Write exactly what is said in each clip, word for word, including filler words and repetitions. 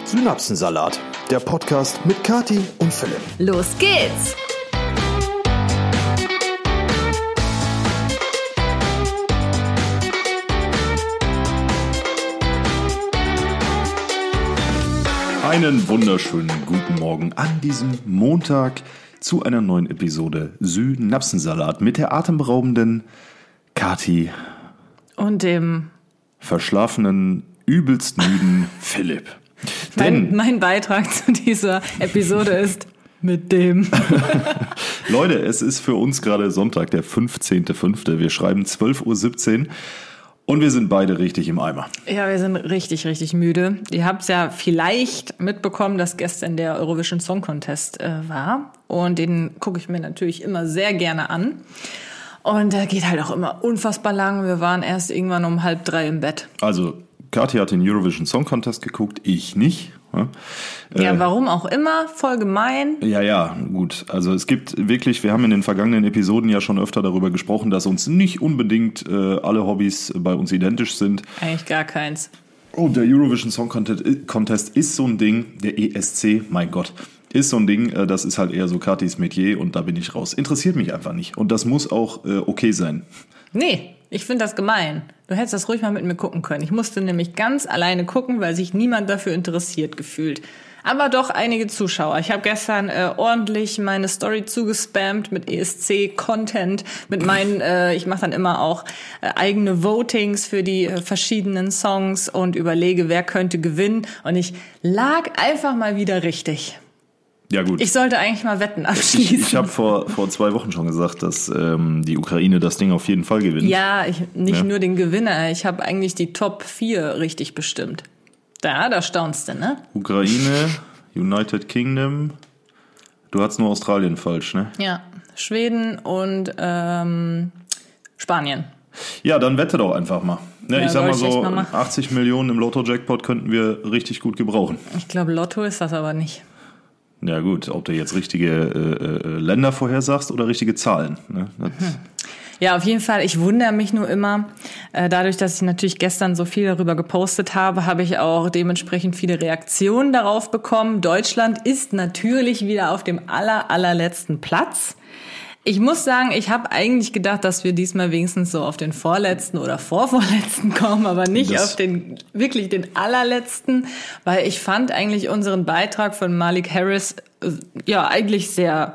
Synapsensalat, der Podcast mit Kati und Philipp. Los geht's! Einen wunderschönen guten Morgen an diesem Montag zu einer neuen Episode Synapsensalat mit der atemberaubenden Kati und dem verschlafenen, übelst müden Philipp. Mein, Denn, mein Beitrag zu dieser Episode ist mit dem. Leute, es ist für uns gerade Sonntag, der fünfzehnter fünfte Wir schreiben zwölf Uhr siebzehn und wir sind beide richtig im Eimer. Ja, wir sind richtig, richtig müde. Ihr habt es ja vielleicht mitbekommen, dass gestern der Eurovision Song Contest äh, war. Und den gucke ich mir natürlich immer sehr gerne an. Und der geht halt auch immer unfassbar lang. Wir waren erst irgendwann um halb drei im Bett. Also Kathi hat den Eurovision Song Contest geguckt, ich nicht. Ja, ja äh, warum auch immer, voll gemein. Ja, ja, gut. Also es gibt wirklich, wir haben in den vergangenen Episoden ja schon öfter darüber gesprochen, dass uns nicht unbedingt äh, alle Hobbys bei uns identisch sind. Eigentlich gar keins. Oh, der Eurovision Song Contest, Contest ist so ein Ding, der E S C, mein Gott, ist so ein Ding, äh, das ist halt eher so Katis Metier und da bin ich raus. Interessiert mich einfach nicht und das muss auch äh, okay sein. Nee. Ich finde das gemein. Du hättest das ruhig mal mit mir gucken können. Ich musste nämlich ganz alleine gucken, weil sich niemand dafür interessiert gefühlt. Aber doch einige Zuschauer. Ich habe gestern äh, ordentlich meine Story zugespammt mit E S C-Content, mit meinen, äh, ich mache dann immer auch äh, eigene Votings für die äh, verschiedenen Songs und überlege, wer könnte gewinnen. Und ich lag einfach mal wieder richtig. Ja, gut. Ich sollte eigentlich mal Wetten abschließen. Ich, ich habe vor, vor zwei Wochen schon gesagt, dass ähm, die Ukraine das Ding auf jeden Fall gewinnt. Ja, ich, nicht ja. nur den Gewinner. Ich habe eigentlich die Top vier richtig bestimmt. Da, da staunst du, ne? Ukraine, United Kingdom. Du hattest nur Australien falsch, ne? Ja, Schweden und ähm, Spanien. Ja, dann wette doch einfach mal. Ne, Ja, ich sag mal soll ich so, echt mal machen? achtzig Millionen im Lotto-Jackpot könnten wir richtig gut gebrauchen. Ich glaube, Lotto ist das aber nicht. Ja gut, ob du jetzt richtige äh, äh, Länder vorhersagst oder richtige Zahlen. Ne? Das Hm. Ja, auf jeden Fall. Ich wundere mich nur immer, äh, dadurch, dass ich natürlich gestern so viel darüber gepostet habe, habe ich auch dementsprechend viele Reaktionen darauf bekommen. Deutschland ist natürlich wieder auf dem aller, allerletzten Platz. Ich muss sagen, ich habe eigentlich gedacht, dass wir diesmal wenigstens so auf den vorletzten oder vorvorletzten kommen, aber nicht Das auf den, wirklich den allerletzten, weil ich fand eigentlich unseren Beitrag von Malik Harris, äh, ja, eigentlich sehr,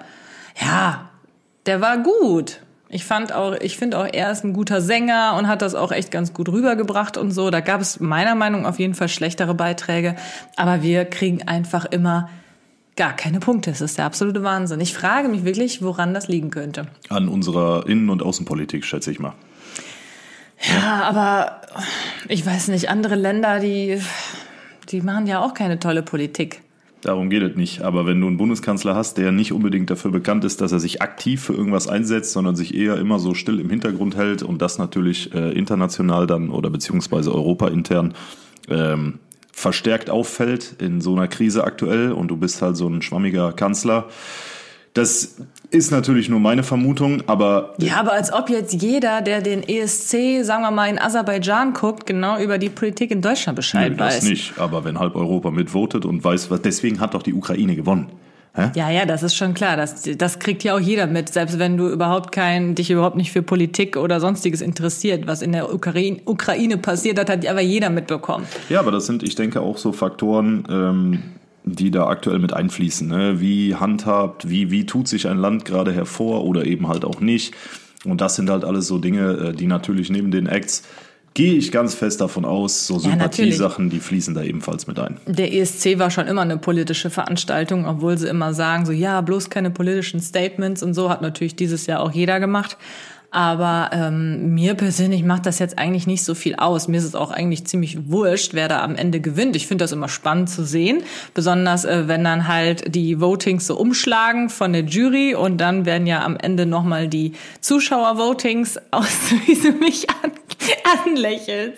ja, der war gut. Ich fand auch, ich finde auch, er ist ein guter Sänger und hat das auch echt ganz gut rübergebracht und so. Da gab es meiner Meinung nach auf jeden Fall schlechtere Beiträge, aber wir kriegen einfach immer gar keine Punkte. Das ist der absolute Wahnsinn. Ich frage mich wirklich, woran das liegen könnte. an unserer Innen- und Außenpolitik, schätze ich mal. Ja, aber ich weiß nicht, andere Länder, die, die machen ja auch keine tolle Politik. Darum geht es nicht. Aber wenn du einen Bundeskanzler hast, der nicht unbedingt dafür bekannt ist, dass er sich aktiv für irgendwas einsetzt, sondern sich eher immer so still im Hintergrund hält und das natürlich äh, international dann oder beziehungsweise europaintern ähm, verstärkt auffällt in so einer Krise aktuell und du bist halt so ein schwammiger Kanzler. Das ist natürlich nur meine Vermutung, aber... Ja, aber als ob jetzt jeder, der den E S C, sagen wir mal, in Aserbaidschan guckt, genau über die Politik in Deutschland Bescheid Nö, das weiß. nicht, aber wenn halb Europa mitvotet und weiß, was, deswegen hat doch die Ukraine gewonnen. Hä? Ja, ja, das ist schon klar. Das, das kriegt ja auch jeder mit, selbst wenn du überhaupt kein, dich überhaupt nicht für Politik oder Sonstiges interessiert. Was in der Ukraine, Ukraine passiert hat, hat aber jeder mitbekommen. Ja, aber das sind, ich denke, auch so Faktoren, ähm, die da aktuell mit einfließen. Ne? Wie handhabt, wie, wie tut sich ein Land gerade hervor oder eben halt auch nicht. Und das sind halt alles so Dinge, die natürlich neben den Acts, gehe ich ganz fest davon aus, so Sympathiesachen, die fließen da ebenfalls mit ein. Der E S C war schon immer eine politische Veranstaltung, obwohl sie immer sagen, so ja, bloß keine politischen Statements und so, hat natürlich dieses Jahr auch jeder gemacht. Aber ähm, mir persönlich macht das jetzt eigentlich nicht so viel aus. Mir ist es auch eigentlich ziemlich wurscht, wer da am Ende gewinnt. Ich finde das immer spannend zu sehen, besonders äh, wenn dann halt die Votings so umschlagen von der Jury und dann werden ja am Ende nochmal die Zuschauer-Votings aus, wie du mich an, anlächelst.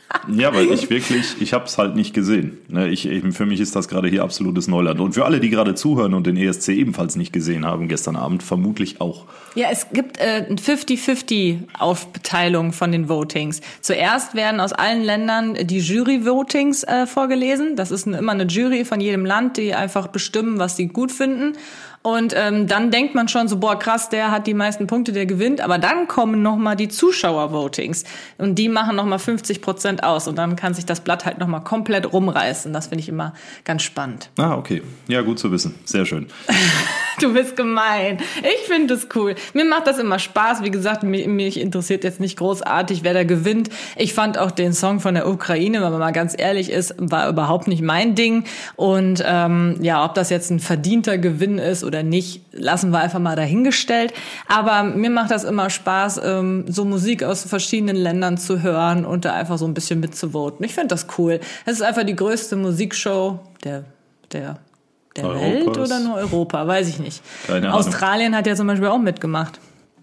Ja, weil ich wirklich, ich habe es halt nicht gesehen. Ich, ich, für mich ist das gerade hier absolutes Neuland. Und für alle, die gerade zuhören und den E S C ebenfalls nicht gesehen haben gestern Abend, vermutlich auch. Ja, es gibt äh, eine fünfzig fünfzig Aufteilung von den Votings. Zuerst werden aus allen Ländern die Jury-Votings äh, vorgelesen. Das ist eine, immer eine Jury von jedem Land, die einfach bestimmen, was sie gut finden. Und ähm, dann denkt man schon so, boah, krass, der hat die meisten Punkte, der gewinnt. Aber dann kommen nochmal die Zuschauer-Votings. Und die machen nochmal fünfzig Prozent aus. Und dann kann sich das Blatt halt nochmal komplett rumreißen. Das finde ich immer ganz spannend. Ah, okay. Ja, gut zu wissen. Sehr schön. Du bist gemein. Ich finde es cool. Mir macht das immer Spaß. Wie gesagt, mich, mich interessiert jetzt nicht großartig, wer da gewinnt. Ich fand auch den Song von der Ukraine, wenn man mal ganz ehrlich ist, war überhaupt nicht mein Ding. Und ähm, ja, ob das jetzt ein verdienter Gewinn ist oder nicht, lassen wir einfach mal dahingestellt. Aber mir macht das immer Spaß, ähm, so Musik aus verschiedenen Ländern zu hören und da einfach so ein bisschen mitzuvoten. Ich finde das cool. Es ist einfach die größte Musikshow der der Der Europas. Welt oder nur Europa? Weiß ich nicht. Keine Ahnung. Australien hat ja zum Beispiel auch mitgemacht.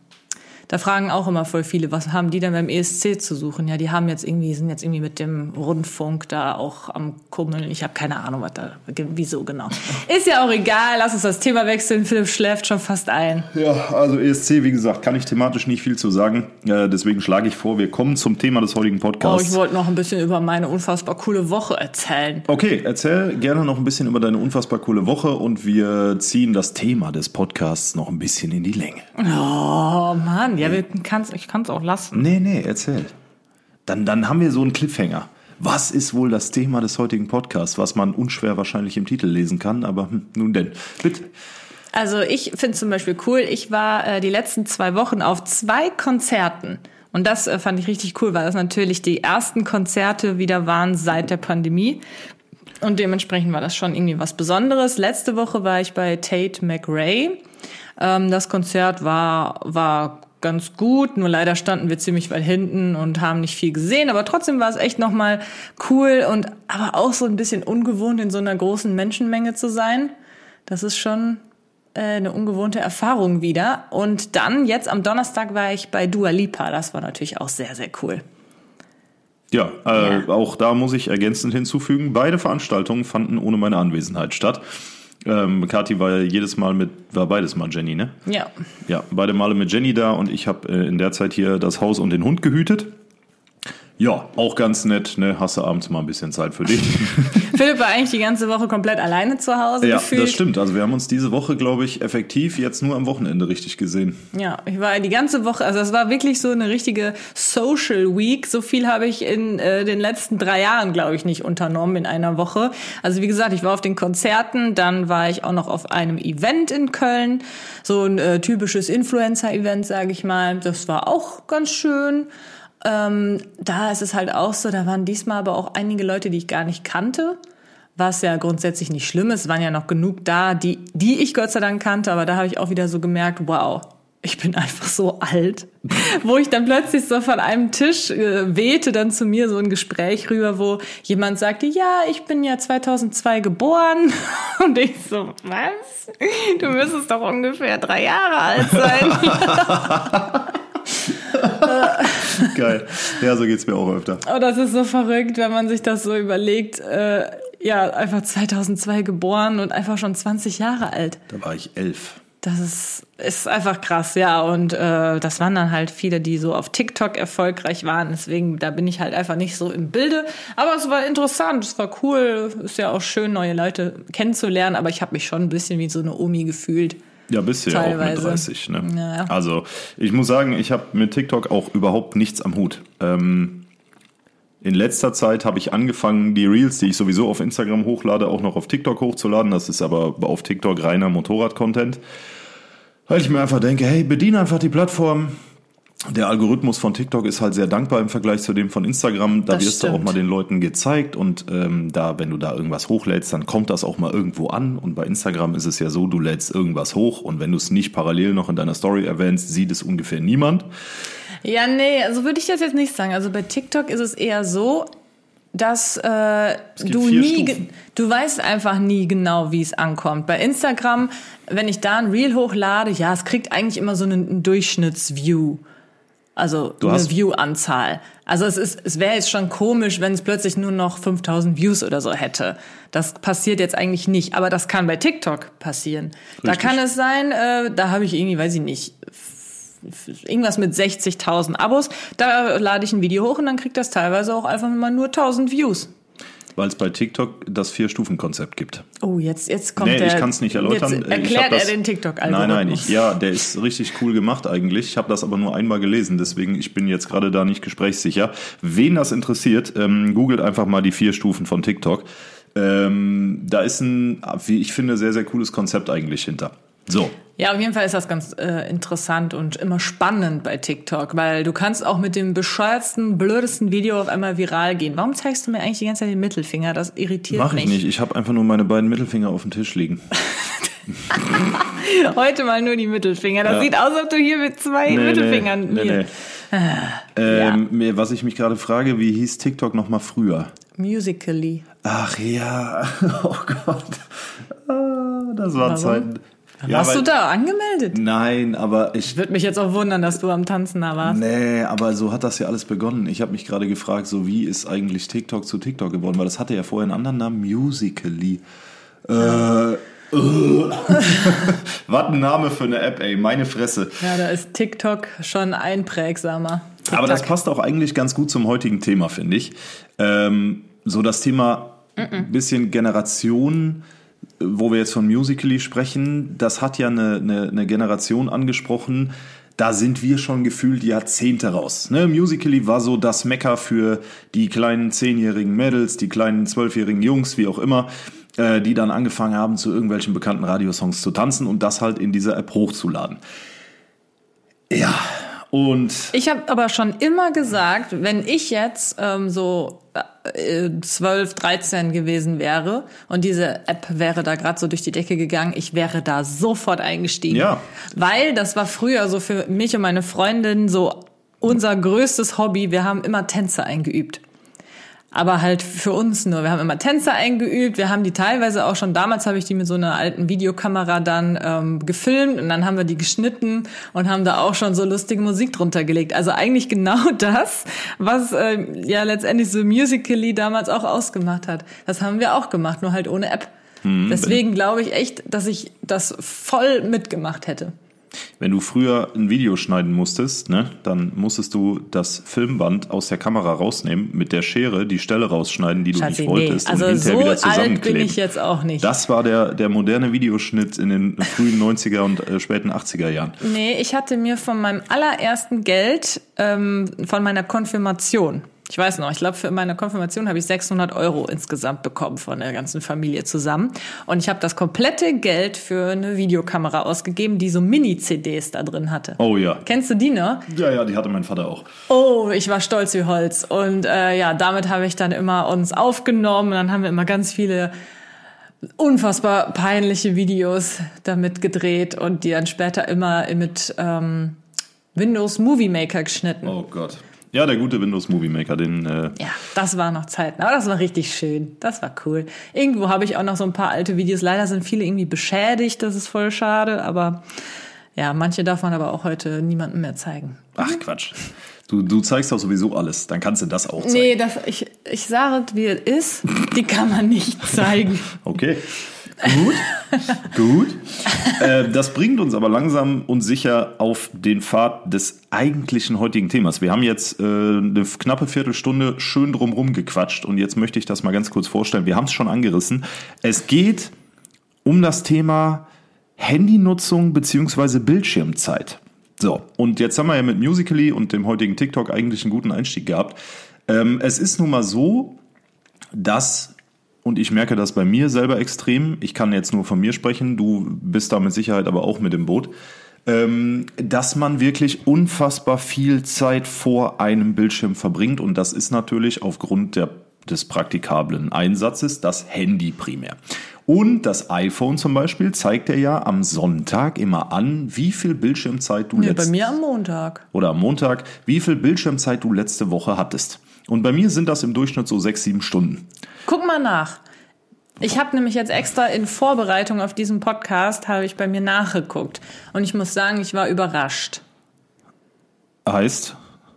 Da fragen auch immer voll viele, was haben die denn beim E S C zu suchen? Ja, die haben jetzt irgendwie, sind jetzt irgendwie mit dem Rundfunk da auch am Kummeln. Ich habe keine Ahnung, was da, wieso genau. Ist ja auch egal, lass uns das Thema wechseln. Philipp schläft schon fast ein. Ja, also E S C, wie gesagt, kann ich thematisch nicht viel zu sagen. Äh, deswegen schlage ich vor, wir kommen zum Thema des heutigen Podcasts. Oh, ich wollte noch ein bisschen über meine unfassbar coole Woche erzählen. Okay, erzähl gerne noch ein bisschen über deine unfassbar coole Woche und wir ziehen das Thema des Podcasts noch ein bisschen in die Länge. Oh, Mann, ja, wir kann's, ich kann es auch lassen. Nee, nee, erzähl. Dann, dann haben wir so einen Cliffhanger. Was ist wohl das Thema des heutigen Podcasts, was man unschwer wahrscheinlich im Titel lesen kann, aber hm, nun denn, bitte. Also ich finde zum Beispiel cool, ich war äh, die letzten zwei Wochen auf zwei Konzerten. Und das äh, fand ich richtig cool, weil das natürlich die ersten Konzerte wieder waren seit der Pandemie. Und dementsprechend war das schon irgendwie was Besonderes. Letzte Woche war ich bei Tate McRae. Ähm, das Konzert war, war ganz gut, nur leider standen wir ziemlich weit hinten und haben nicht viel gesehen, aber trotzdem war es echt nochmal cool und aber auch so ein bisschen ungewohnt, in so einer großen Menschenmenge zu sein. Das ist schon äh, eine ungewohnte Erfahrung wieder. Und dann, jetzt am Donnerstag war ich bei Dua Lipa, das war natürlich auch sehr, sehr cool. Ja, äh, Ja. Auch da muss ich ergänzend hinzufügen, beide Veranstaltungen fanden ohne meine Anwesenheit statt. Ähm, Kathi war ja jedes Mal mit, war beides mal Jenny, ne? Ja. Ja, beide Male mit Jenny da und ich habe äh, in der Zeit hier das Haus und den Hund gehütet. Ja, auch ganz nett, ne? Hast du abends mal ein bisschen Zeit für dich. Philipp war eigentlich die ganze Woche komplett alleine zu Hause Ja, gefühlt. das stimmt. Also wir haben uns diese Woche, glaube ich, effektiv jetzt nur am Wochenende richtig gesehen. Ja, ich war die ganze Woche, also es war wirklich so eine richtige Social Week. So viel habe ich in äh, den letzten drei Jahren, glaube ich, nicht unternommen in einer Woche. Also wie gesagt, ich war auf den Konzerten, dann war ich auch noch auf einem Event in Köln. So ein äh, typisches Influencer-Event, sage ich mal. Das war auch ganz schön. Ähm, da ist es halt auch so, da waren diesmal aber auch einige Leute, die ich gar nicht kannte, was ja grundsätzlich nicht schlimm ist. Es waren ja noch genug da, die, die ich Gott sei Dank kannte, aber da habe ich auch wieder so gemerkt, wow, ich bin einfach so alt. Wo ich dann plötzlich so von einem Tisch äh, wehte dann zu mir so ein Gespräch rüber, wo jemand sagte, ja, ich bin ja zweitausendzwei geboren. Und ich so, was? Du müsstest doch ungefähr drei Jahre alt sein. Geil. Ja, so geht's mir auch öfter. Oh, das ist so verrückt, wenn man sich das so überlegt. Äh, ja, einfach zweitausendzwei geboren und einfach schon zwanzig Jahre alt. Da war ich elf. Das ist, ist einfach krass, ja. Und äh, das waren dann halt viele, die so auf TikTok erfolgreich waren. Deswegen, da bin ich halt einfach nicht so im Bilde. Aber es war interessant, es war cool. Ist ja auch schön, neue Leute kennenzulernen. Aber ich habe mich schon ein bisschen wie so eine Omi gefühlt. Ja, bist du ja auch mit dreißig. Ne? Ja. Also ich muss sagen, ich habe mit TikTok auch überhaupt nichts am Hut. Ähm, in letzter Zeit habe ich angefangen, die Reels, die ich sowieso auf Instagram hochlade, auch noch auf TikTok hochzuladen. Das ist aber auf TikTok reiner Motorrad-Content. Weil ich mir einfach denke, hey, bediene einfach die Plattform. Der Algorithmus von TikTok ist halt sehr dankbar im Vergleich zu dem von Instagram. Da das wirst stimmt. du auch mal den Leuten gezeigt und ähm, da, wenn du da irgendwas hochlädst, dann kommt das auch mal irgendwo an. Und bei Instagram ist es ja so, du lädst irgendwas hoch und wenn du es nicht parallel noch in deiner Story erwähnst, sieht es ungefähr niemand. Ja, nee, also würde ich das jetzt nicht sagen. Also bei TikTok ist es eher so, dass äh, du nie, Stufen. du weißt einfach nie genau, wie es ankommt. Bei Instagram, wenn ich da ein Reel hochlade, ja, es kriegt eigentlich immer so einen, einen Durchschnittsview. Also Du eine hast- View-Anzahl. Also es ist, es wäre jetzt schon komisch, wenn es plötzlich nur noch fünftausend Views oder so hätte. Das passiert jetzt eigentlich nicht. Aber das kann bei TikTok passieren. Da Richtig. kann es sein, äh, da habe ich irgendwie, weiß ich nicht, irgendwas mit sechzigtausend Abos. Da lade ich ein Video hoch und dann kriegt das teilweise auch einfach mal nur tausend Views. Weil es bei TikTok das Vier-Stufen-Konzept gibt. Oh, jetzt, jetzt kommt Nee, der... ich kann es nicht erläutern. Jetzt Ich erklärt hab das, er den TikTok-Algorithmus. Nein, nein, ich, ja, der ist richtig cool gemacht eigentlich. Ich habe das aber nur einmal gelesen, deswegen ich bin jetzt gerade da nicht gesprächssicher. Wen das interessiert, ähm, googelt einfach mal die vier Stufen von TikTok. Ähm, da ist ein, wie ich finde, sehr, sehr cooles Konzept eigentlich hinter. So. Ja, auf jeden Fall ist das ganz äh, interessant und immer spannend bei TikTok, weil du kannst auch mit dem bescheuertsten, blödesten Video auf einmal viral gehen. Warum zeigst du mir eigentlich die ganze Zeit den Mittelfinger? Das irritiert Mach mich. ich nicht. Ich habe einfach nur meine beiden Mittelfinger auf dem Tisch liegen. Heute mal nur die Mittelfinger. Das Ja. sieht aus, als ob du hier mit zwei Nee, Mittelfingern... Nee, nee, nee. Ähm, mir- Was ich mich gerade frage, wie hieß TikTok noch mal früher? Musically. Ach ja, oh Gott. Ah, das waren Warum? Zeiten. Ja, Hast weil- du da angemeldet? Nein, aber ich... Würde mich jetzt auch wundern, dass du am Tanzen da warst. Nee, aber so hat das ja alles begonnen. Ich habe mich gerade gefragt, so wie ist eigentlich TikTok zu TikTok geworden? Weil das hatte ja vorher einen anderen Namen, Musically. Äh, äh. Was ein Name für eine App, ey, meine Fresse. Ja, da ist TikTok schon einprägsamer. TikTok. Aber das passt auch eigentlich ganz gut zum heutigen Thema, finde ich. Ähm, so das Thema bisschen Generation, wo wir jetzt von Musically sprechen, das hat ja eine, eine, eine Generation angesprochen. Da sind wir schon gefühlt Jahrzehnte raus. Ne? Musically war so das Mekka für die kleinen zehnjährigen Mädels, die kleinen zwölfjährigen Jungs, wie auch immer, äh, die dann angefangen haben, zu irgendwelchen bekannten Radiosongs zu tanzen und das halt in dieser App hochzuladen. Ja, und... Ich habe aber schon immer gesagt, wenn ich jetzt ähm, so äh, zwölf, dreizehn gewesen wäre und diese App wäre da gerade so durch die Decke gegangen, ich wäre da sofort eingestiegen. Ja. Weil das war früher so für mich und meine Freundin so unser größtes Hobby. Wir haben immer Tänze eingeübt. Aber halt für uns nur. Wir haben immer Tänze eingeübt. Wir haben die teilweise auch schon, damals habe ich die mit so einer alten Videokamera dann ähm, gefilmt und dann haben wir die geschnitten und haben da auch schon so lustige Musik drunter gelegt. Also eigentlich genau das, was äh, ja letztendlich so Musically damals auch ausgemacht hat. Das haben wir auch gemacht, nur halt ohne App. Hm, Deswegen glaube ich echt, dass ich das voll mitgemacht hätte. Wenn du früher ein Video schneiden musstest, ne, dann musstest du das Filmband aus der Kamera rausnehmen, mit der Schere die Stelle rausschneiden, die du Schatzi, nicht wolltest, nee. Also und hinterher so wieder alt zusammenkleben. bin ich jetzt auch nicht. Das war der, der moderne Videoschnitt in den frühen neunziger und äh, späten achtziger Jahren. Nee, ich hatte mir von meinem allerersten Geld, ähm, von meiner Konfirmation, ich weiß noch, ich glaube, für meine Konfirmation habe ich sechshundert Euro insgesamt bekommen von der ganzen Familie zusammen. Und ich habe das komplette Geld für eine Videokamera ausgegeben, die so Mini-C Ds da drin hatte. Oh ja. Kennst du die, ne? Ja, ja, die hatte mein Vater auch. Oh, ich war stolz wie Holz. Und äh, ja, damit habe ich dann immer uns aufgenommen. Und dann haben wir immer ganz viele unfassbar peinliche Videos damit gedreht und die dann später immer mit ähm, Windows Movie Maker geschnitten. Oh Gott. Ja, der gute Windows Movie Maker, den... Äh Ja, das war noch Zeiten. Aber das war richtig schön. Das war cool. Irgendwo habe ich auch noch so ein paar alte Videos. Leider sind viele irgendwie beschädigt. Das ist voll schade. Aber ja, manche darf man aber auch heute niemandem mehr zeigen. Ach, Quatsch. Du, du zeigst doch sowieso alles. Dann kannst du das auch zeigen. Nee, das, ich, ich sage, wie es ist. Die kann man nicht zeigen. Okay. Gut, gut. Äh, das bringt uns aber langsam und sicher auf den Pfad des eigentlichen heutigen Themas. Wir haben jetzt äh, eine knappe Viertelstunde schön drumherum gequatscht und jetzt möchte ich das mal ganz kurz vorstellen. Wir haben es schon angerissen. Es geht um das Thema Handynutzung bzw. Bildschirmzeit. So, und jetzt haben wir ja mit Musically und dem heutigen TikTok eigentlich einen guten Einstieg gehabt. Ähm, es ist nun mal so, dass... Und ich merke das bei mir selber extrem. Ich kann jetzt nur von mir sprechen. Du bist da mit Sicherheit aber auch mit im Boot. Ähm, dass man wirklich unfassbar viel Zeit vor einem Bildschirm verbringt. Und das ist natürlich aufgrund der, des praktikablen Einsatzes das Handy primär. Und das iPhone zum Beispiel zeigt dir ja am Sonntag immer an, wie viel Bildschirmzeit du Nee, letzte bei mir am Montag. oder am Montag, wie viel Bildschirmzeit du letzte Woche hattest. Und bei mir sind das im Durchschnitt so sechs, sieben Stunden. Guck mal nach. Ich habe nämlich jetzt extra in Vorbereitung auf diesen Podcast, habe ich bei mir nachgeguckt. Und ich muss sagen, ich war überrascht. Heißt?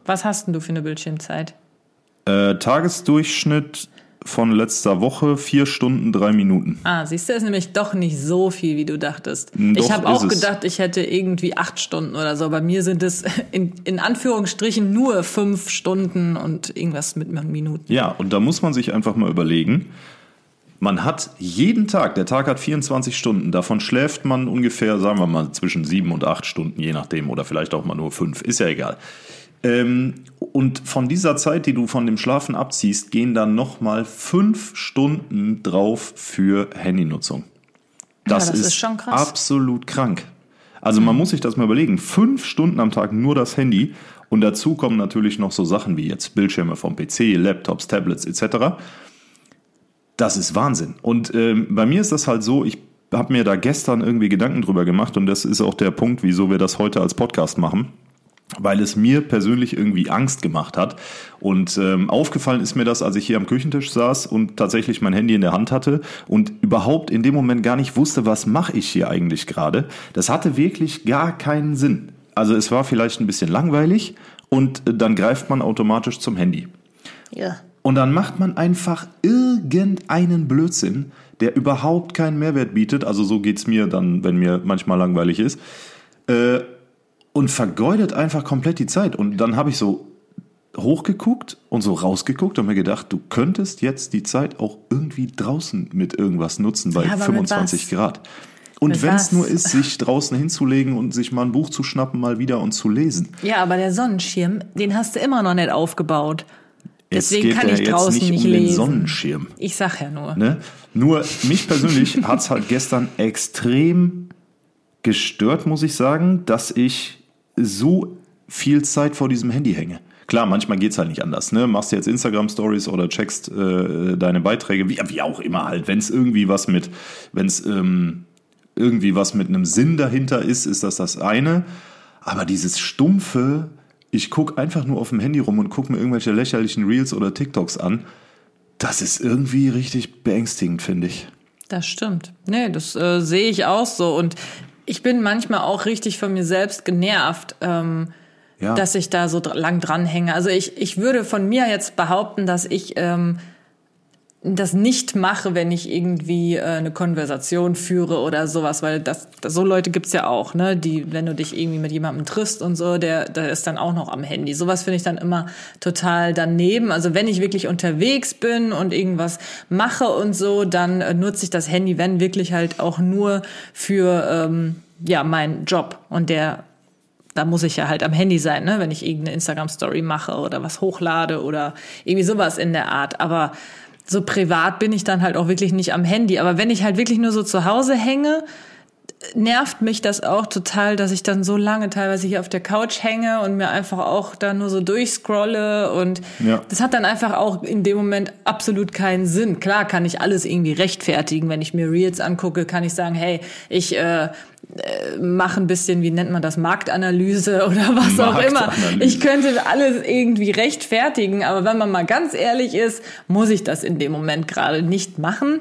Was hast denn du für eine Bildschirmzeit? Äh, Tagesdurchschnitt von letzter Woche vier Stunden, drei Minuten. Ah, siehst du, ist nämlich doch nicht so viel, wie du dachtest. Doch, ich habe auch ist es. gedacht, ich hätte irgendwie acht Stunden oder so. Bei mir sind es in, in Anführungsstrichen nur fünf Stunden und irgendwas mit Minuten. Ja, und da muss man sich einfach mal überlegen, man hat jeden Tag, der Tag hat vierundzwanzig Stunden, davon schläft man ungefähr, sagen wir mal, zwischen sieben und acht Stunden, je nachdem, oder vielleicht auch mal nur fünf, ist ja egal. Ähm, und von dieser Zeit, die du von dem Schlafen abziehst, gehen dann nochmal fünf Stunden drauf für Handynutzung. Das, ja, das ist, ist schon krass. Absolut krank. Also man muss sich das mal überlegen, fünf Stunden am Tag nur das Handy und dazu kommen natürlich noch so Sachen wie jetzt Bildschirme vom P C, Laptops, Tablets et cetera. Das ist Wahnsinn. Und ähm, bei mir ist das halt so, ich habe mir da gestern irgendwie Gedanken drüber gemacht und das ist auch der Punkt, wieso wir das heute als Podcast machen, weil es mir persönlich irgendwie Angst gemacht hat. Und ähm, aufgefallen ist mir das, als ich hier am Küchentisch saß und tatsächlich mein Handy in der Hand hatte und überhaupt in dem Moment gar nicht wusste, was mache ich hier eigentlich gerade. Das hatte wirklich gar keinen Sinn. Also es war vielleicht ein bisschen langweilig und dann greift man automatisch zum Handy. Ja. Und dann macht man einfach irgendeinen Blödsinn, der überhaupt keinen Mehrwert bietet. Also so geht's mir dann, wenn mir manchmal langweilig ist. Äh, und vergeudet einfach komplett die Zeit. Und dann habe ich so hochgeguckt und so rausgeguckt und mir gedacht, du könntest jetzt die Zeit auch irgendwie draußen mit irgendwas nutzen bei Ja, fünfundzwanzig Grad. Und wenn es nur ist, sich draußen hinzulegen und sich mal ein Buch zu schnappen, mal wieder und zu lesen. Ja, aber der Sonnenschirm, den hast du immer noch nicht aufgebaut. Deswegen es geht kann ja ich jetzt draußen nicht, nicht um lesen. den Sonnenschirm. Ich sag ja nur. Ne? Nur mich persönlich hat es halt gestern extrem gestört, muss ich sagen, dass ich so viel Zeit vor diesem Handy hänge. Klar, manchmal geht's halt nicht anders. Ne? Machst du jetzt Instagram-Stories oder checkst äh, deine Beiträge, wie, wie auch immer halt. Wenn es irgendwie was mit, wenn es ähm, irgendwie was mit einem Sinn dahinter ist, ist das das eine. Aber dieses stumpfe, ich gucke einfach nur auf dem Handy rum und gucke mir irgendwelche lächerlichen Reels oder TikToks an, das ist irgendwie richtig beängstigend, finde ich. Das stimmt. Nee, das äh, sehe ich auch so. Und ich bin manchmal auch richtig von mir selbst genervt, ähm, ja. dass ich da so dr- lang dranhänge. Also ich, ich würde von mir jetzt behaupten, dass ich ähm, das nicht mache, wenn ich irgendwie äh, eine Konversation führe oder sowas, weil das, das so Leute gibt's ja auch, ne, die, wenn du dich irgendwie mit jemandem triffst und so, der, der ist dann auch noch am Handy. Sowas finde ich dann immer total daneben. Also wenn ich wirklich unterwegs bin und irgendwas mache und so, dann äh, nutze ich das Handy, wenn wirklich halt auch nur für ähm, ja meinen Job und der da muss ich ja halt am Handy sein, ne, wenn ich irgendeine Instagram-Story mache oder was hochlade oder irgendwie sowas in der Art. Aber so privat bin ich dann halt auch wirklich nicht am Handy. Aber wenn ich halt wirklich nur so zu Hause hänge, nervt mich das auch total, dass ich dann so lange teilweise hier auf der Couch hänge und mir einfach auch da nur so durchscrolle. Und ja. das hat dann einfach auch in dem Moment absolut keinen Sinn. Klar kann ich alles irgendwie rechtfertigen. Wenn ich mir Reels angucke, kann ich sagen, hey, ich äh, mache ein bisschen, wie nennt man das, Marktanalyse oder was auch immer. Ich könnte alles irgendwie rechtfertigen, aber wenn man mal ganz ehrlich ist, muss ich das in dem Moment gerade nicht machen.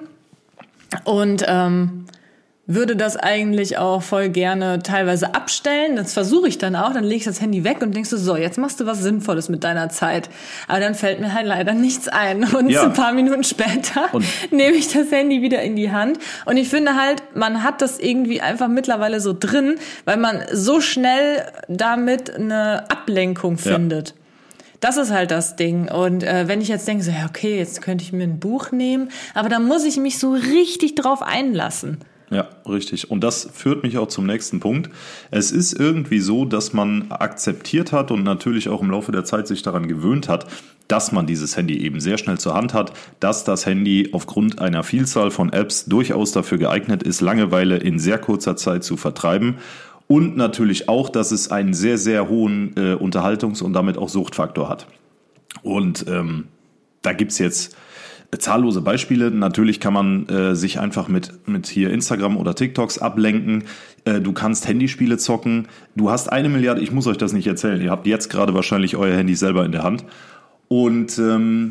Und ähm, würde das eigentlich auch voll gerne teilweise abstellen. Das versuche ich dann auch. Dann lege ich das Handy weg und denkst du, so, jetzt machst du was Sinnvolles mit deiner Zeit. Aber dann fällt mir halt leider nichts ein. Und ja. ein paar Minuten später und nehme ich das Handy wieder in die Hand. Und ich finde halt, man hat das irgendwie einfach mittlerweile so drin, weil man so schnell damit eine Ablenkung findet. Ja. Das ist halt das Ding. Und äh, wenn ich jetzt denke, so, ja, okay, jetzt könnte ich mir ein Buch nehmen, aber dann muss ich mich so richtig drauf einlassen. Ja, richtig. Und das führt mich auch zum nächsten Punkt. Es ist irgendwie so, dass man akzeptiert hat und natürlich auch im Laufe der Zeit sich daran gewöhnt hat, dass man dieses Handy eben sehr schnell zur Hand hat, dass das Handy aufgrund einer Vielzahl von Apps durchaus dafür geeignet ist, Langeweile in sehr kurzer Zeit zu vertreiben. Und natürlich auch, dass es einen sehr, sehr hohen äh, Unterhaltungs- und damit auch Suchtfaktor hat. Und ähm, da gibt's jetzt zahllose Beispiele. Natürlich kann man äh, sich einfach mit mit hier Instagram oder TikToks ablenken. Äh, du kannst Handyspiele zocken. Du hast eine Milliarde, ich muss euch das nicht erzählen. Ihr habt jetzt gerade wahrscheinlich euer Handy selber in der Hand. Und ähm,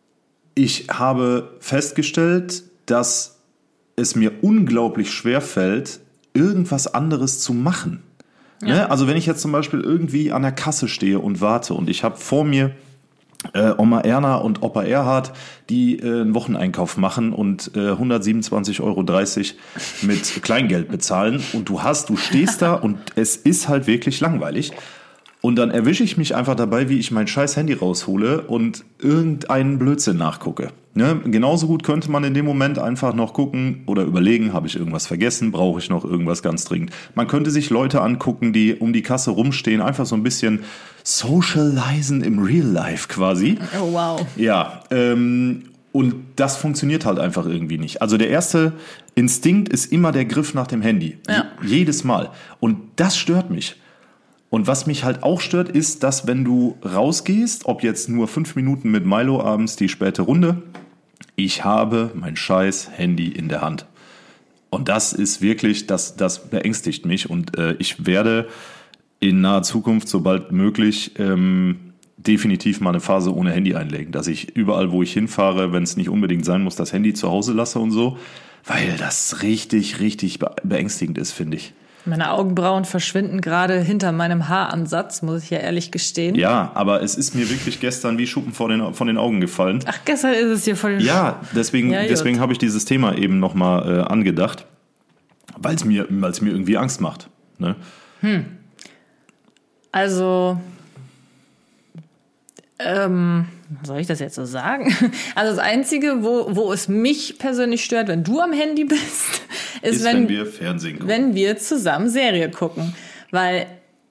ich habe festgestellt, dass es mir unglaublich schwer fällt, irgendwas anderes zu machen. Ja. Ne? Also wenn ich jetzt zum Beispiel irgendwie an der Kasse stehe und warte und ich habe vor mir äh, Oma Erna und Opa Erhard, die äh, einen Wocheneinkauf machen und äh, hundertsiebenundzwanzig Euro dreißig mit Kleingeld bezahlen und du hast, du stehst da und es ist halt wirklich langweilig. Und dann erwische ich mich einfach dabei, wie ich mein scheiß Handy raushole und irgendeinen Blödsinn nachgucke. Ne? Genauso gut könnte man in dem Moment einfach noch gucken oder überlegen, habe ich irgendwas vergessen, brauche ich noch irgendwas ganz dringend. Man könnte sich Leute angucken, die um die Kasse rumstehen, einfach so ein bisschen socialisen im Real Life quasi. Oh wow. Ja, ähm, und das funktioniert halt einfach irgendwie nicht. Also der erste Instinkt ist immer der Griff nach dem Handy. Ja. Jedes Mal. Und das stört mich. Und was mich halt auch stört, ist, dass wenn du rausgehst, ob jetzt nur fünf Minuten mit Milo abends die späte Runde, ich habe mein scheiß Handy in der Hand. Und das ist wirklich, das, das beängstigt mich. Und äh, ich werde in naher Zukunft, sobald möglich, ähm, definitiv mal eine Phase ohne Handy einlegen. Dass ich überall, wo ich hinfahre, wenn es nicht unbedingt sein muss, das Handy zu Hause lasse und so. Weil das richtig, richtig beängstigend ist, finde ich. Meine Augenbrauen verschwinden gerade hinter meinem Haaransatz, muss ich ja ehrlich gestehen. Ja, aber es ist mir wirklich gestern wie Schuppen vor den, von den Augen gefallen. Ach, gestern ist es dir vor den Augen. Ja, deswegen, ja, deswegen habe ich dieses Thema eben nochmal äh, angedacht, weil es mir, weil's mir irgendwie Angst macht. Ne? Hm. Also, ähm, soll ich das jetzt so sagen? Also das Einzige, wo, wo es mich persönlich stört, wenn du am Handy bist, ist, ist wenn, wenn wir Fernsehen gucken. Wenn wir zusammen Serie gucken. Weil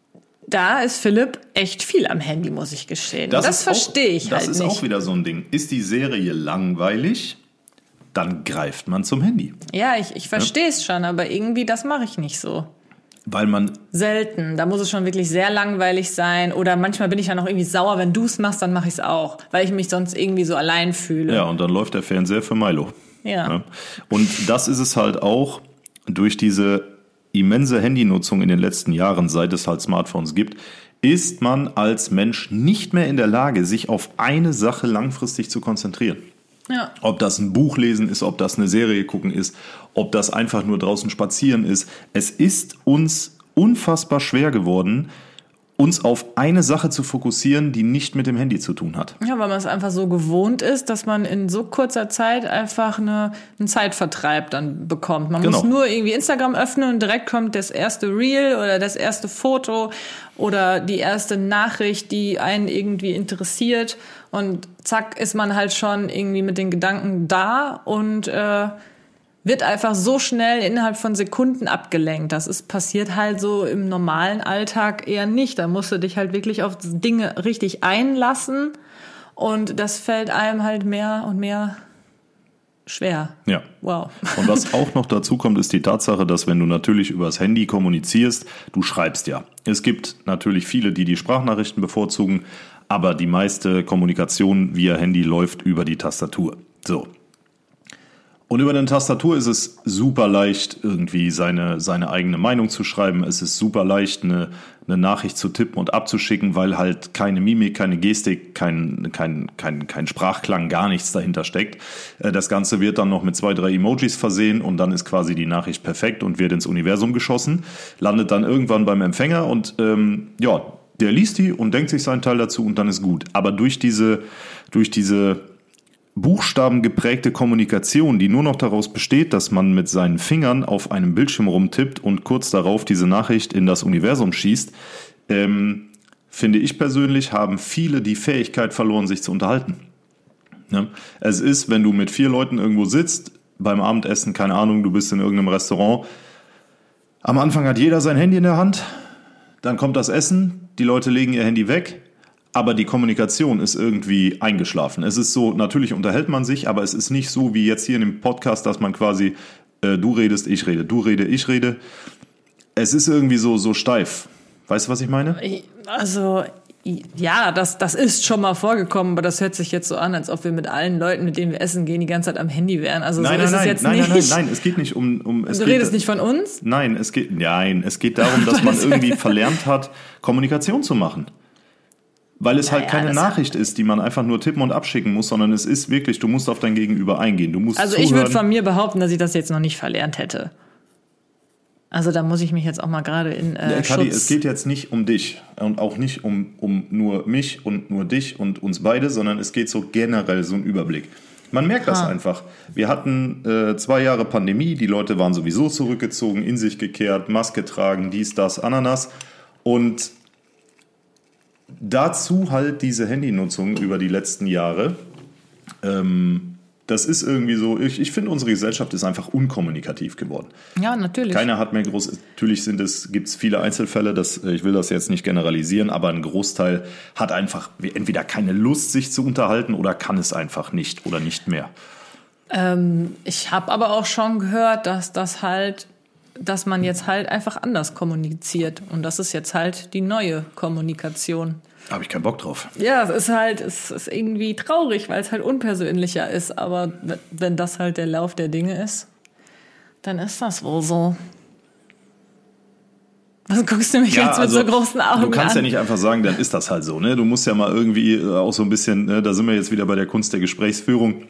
da ist Philipp echt viel am Handy, muss ich gestehen. Das, das verstehe ich das halt ist nicht. auch wieder so ein Ding. Ist die Serie langweilig, dann greift man zum Handy. Ja, ich, ich verstehe es ja. schon, aber irgendwie das mache ich nicht so. Weil man... Selten. Da muss es schon wirklich sehr langweilig sein. Oder manchmal bin ich ja noch irgendwie sauer, wenn du es machst, dann mache ich es auch. Weil ich mich sonst irgendwie so allein fühle. Ja, und dann läuft der Fernseher für Milo. Ja. Ja. Und das ist es halt auch durch diese immense Handynutzung in den letzten Jahren, seit es halt Smartphones gibt, ist man als Mensch nicht mehr in der Lage, sich auf eine Sache langfristig zu konzentrieren. Ja. Ob das ein Buch lesen ist, ob das eine Serie gucken ist, ob das einfach nur draußen spazieren ist. Es ist uns unfassbar schwer geworden, uns auf eine Sache zu fokussieren, die nicht mit dem Handy zu tun hat. Ja, weil man es einfach so gewohnt ist, dass man in so kurzer Zeit einfach eine, einen Zeitvertreib dann bekommt. Man Genau. muss nur irgendwie Instagram öffnen und direkt kommt das erste Reel oder das erste Foto oder die erste Nachricht, die einen irgendwie interessiert. Und zack, ist man halt schon irgendwie mit den Gedanken da und äh, wird einfach so schnell innerhalb von Sekunden abgelenkt. Das ist passiert halt so im normalen Alltag eher nicht. Da musst du dich halt wirklich auf Dinge richtig einlassen und das fällt einem halt mehr und mehr schwer. Ja. Wow. Und was auch noch dazu kommt, ist die Tatsache, dass wenn du natürlich übers Handy kommunizierst, du schreibst ja. Es gibt natürlich viele, die die Sprachnachrichten bevorzugen, aber die meiste Kommunikation via Handy läuft über die Tastatur. So. Und über eine Tastatur ist es super leicht, irgendwie seine, seine eigene Meinung zu schreiben. Es ist super leicht, eine, eine Nachricht zu tippen und abzuschicken, weil halt keine Mimik, keine Gestik, kein, kein, kein, kein Sprachklang, gar nichts dahinter steckt. Das Ganze wird dann noch mit zwei, drei Emojis versehen und dann ist quasi die Nachricht perfekt und wird ins Universum geschossen, landet dann irgendwann beim Empfänger und ähm, ja, der liest die und denkt sich seinen Teil dazu und dann ist gut. Aber durch diese, durch diese buchstabengeprägte Kommunikation, die nur noch daraus besteht, dass man mit seinen Fingern auf einem Bildschirm rumtippt und kurz darauf diese Nachricht in das Universum schießt, ähm, finde ich persönlich, haben viele die Fähigkeit verloren, sich zu unterhalten. Ja? Es ist, wenn du mit vier Leuten irgendwo sitzt, beim Abendessen, keine Ahnung, du bist in irgendeinem Restaurant, am Anfang hat jeder sein Handy in der Hand, dann kommt das Essen, die Leute legen ihr Handy weg, aber die Kommunikation ist irgendwie eingeschlafen. Es ist so, natürlich unterhält man sich, aber es ist nicht so wie jetzt hier in dem Podcast, dass man quasi, äh, du redest, ich rede, du rede, ich rede. Es ist irgendwie so, so steif. Weißt du, was ich meine? Also, ja, das, das ist schon mal vorgekommen, aber das hört sich jetzt so an, als ob wir mit allen Leuten, mit denen wir essen gehen, die ganze Zeit am Handy wären. Also nein, so nein, ist nein, es jetzt nein, nicht. Nein, nein, nein, es geht nicht um... um es du geht, redest nicht von uns? Nein, es geht, nein, es geht darum, dass man irgendwie verlernt hat, Kommunikation zu machen. Weil es halt naja, keine Nachricht ist, die man einfach nur tippen und abschicken muss, sondern es ist wirklich, du musst auf dein Gegenüber eingehen. Du musst also zuhören. Ich würde von mir behaupten, dass ich das jetzt noch nicht verlernt hätte. Also da muss ich mich jetzt auch mal gerade in äh, ja, Kadi, Schutz... es geht jetzt nicht um dich und auch nicht um, um nur mich und nur dich und uns beide, sondern es geht so generell so ein Überblick. Man merkt das ah. einfach. Wir hatten äh, zwei Jahre Pandemie, die Leute waren sowieso zurückgezogen, in sich gekehrt, Maske tragen, dies, das, Ananas. Und dazu halt diese Handynutzung über die letzten Jahre. Ähm, das ist irgendwie so, ich, ich finde, unsere Gesellschaft ist einfach unkommunikativ geworden. Ja, natürlich. Keiner hat mehr groß, natürlich sind es, gibt es viele Einzelfälle, das, ich will das jetzt nicht generalisieren, aber ein Großteil hat einfach entweder keine Lust, sich zu unterhalten oder kann es einfach nicht oder nicht mehr. Ähm, ich habe aber auch schon gehört, dass das halt, dass man jetzt halt einfach anders kommuniziert. Und das ist jetzt halt die neue Kommunikation. Da habe ich keinen Bock drauf. Ja, es ist halt, es ist irgendwie traurig, weil es halt unpersönlicher ist. Aber wenn das halt der Lauf der Dinge ist, dann ist das wohl so. Was guckst du mich ja, jetzt mit also, so großen Augen an? Du kannst an? ja nicht einfach sagen, dann ist das halt so. Ne? Du musst ja mal irgendwie auch so ein bisschen, ne? Da sind wir jetzt wieder bei der Kunst der Gesprächsführung,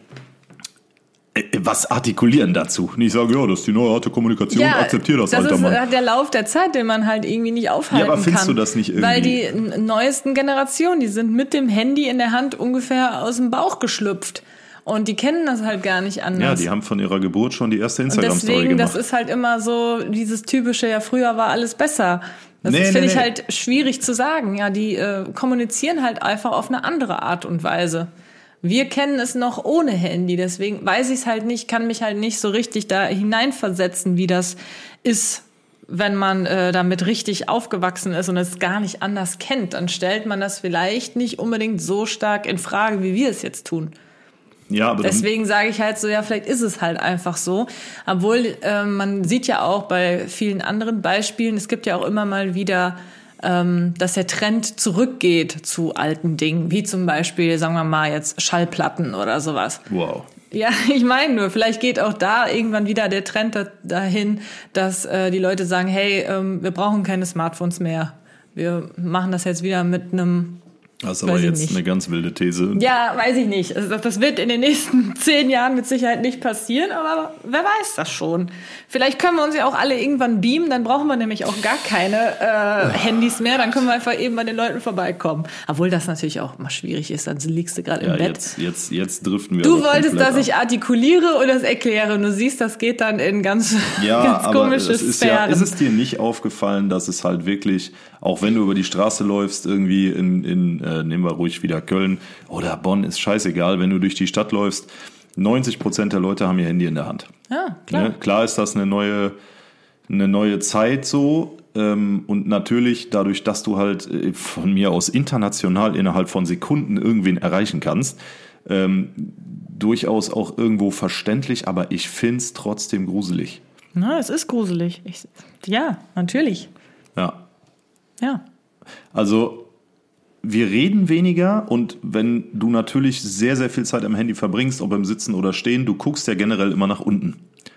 was artikulieren dazu. Nicht sagen, ja, das ist die neue Art der Kommunikation, ja, akzeptiere das, das alter Mann. Das ist der Lauf der Zeit, den man halt irgendwie nicht aufhalten kann. Ja, aber findest kann, du das nicht irgendwie? Weil die neuesten Generationen, die sind mit dem Handy in der Hand ungefähr aus dem Bauch geschlüpft. Und die kennen das halt gar nicht anders. Ja, die haben von ihrer Geburt schon die erste Instagram-Story gemacht. Das ist halt immer so dieses typische, ja, früher war alles besser. Das nee, finde nee, ich nee. halt schwierig zu sagen. Ja, die äh, kommunizieren halt einfach auf eine andere Art und Weise. Wir kennen es noch ohne Handy, deswegen weiß ich es halt nicht, kann mich halt nicht so richtig da hineinversetzen, wie das ist, wenn man äh, damit richtig aufgewachsen ist und es gar nicht anders kennt. Dann stellt man das vielleicht nicht unbedingt so stark in Frage, wie wir es jetzt tun. Ja, aber deswegen sage ich halt so, ja, vielleicht ist es halt einfach so. Obwohl äh, man sieht ja auch bei vielen anderen Beispielen, es gibt ja auch immer mal wieder, ähm, dass der Trend zurückgeht zu alten Dingen, wie zum Beispiel, sagen wir mal jetzt Schallplatten oder sowas. Wow. Ja, ich meine nur, vielleicht geht auch da irgendwann wieder der Trend dahin, dass äh, die Leute sagen, hey, ähm, wir brauchen keine Smartphones mehr. Wir machen das jetzt wieder mit einem... Das ist aber jetzt nicht. Eine ganz wilde These. Ja, weiß ich nicht. Also das wird in den nächsten zehn Jahren mit Sicherheit nicht passieren, aber wer weiß das schon. Vielleicht können wir uns ja auch alle irgendwann beamen, dann brauchen wir nämlich auch gar keine äh, Handys mehr, dann können wir einfach eben bei den Leuten vorbeikommen. Obwohl das natürlich auch mal schwierig ist, dann liegst du gerade ja, im Bett. Jetzt, jetzt, jetzt driften wir. Du wolltest, dass ab. ich artikuliere oder es erkläre und du siehst, das geht dann in ganz, ja, ganz aber komische es ist Sphären. Ja, ist es dir nicht aufgefallen, dass es halt wirklich, auch wenn du über die Straße läufst, irgendwie in, in äh, nehmen wir ruhig wieder Köln oder Bonn, ist scheißegal, wenn du durch die Stadt läufst, neunzig Prozent der Leute haben ihr Handy in der Hand. Ja, klar. Ne? Klar ist das eine neue, eine neue Zeit so ähm, und natürlich dadurch, dass du halt von mir aus international innerhalb von Sekunden irgendwen erreichen kannst, ähm, durchaus auch irgendwo verständlich, aber ich find's trotzdem gruselig. Na, es ist gruselig. Ich, ja, natürlich. Ja. Ja. Also wir reden weniger und wenn du natürlich sehr, sehr viel Zeit am Handy verbringst, ob im Sitzen oder Stehen, du guckst ja generell immer nach unten.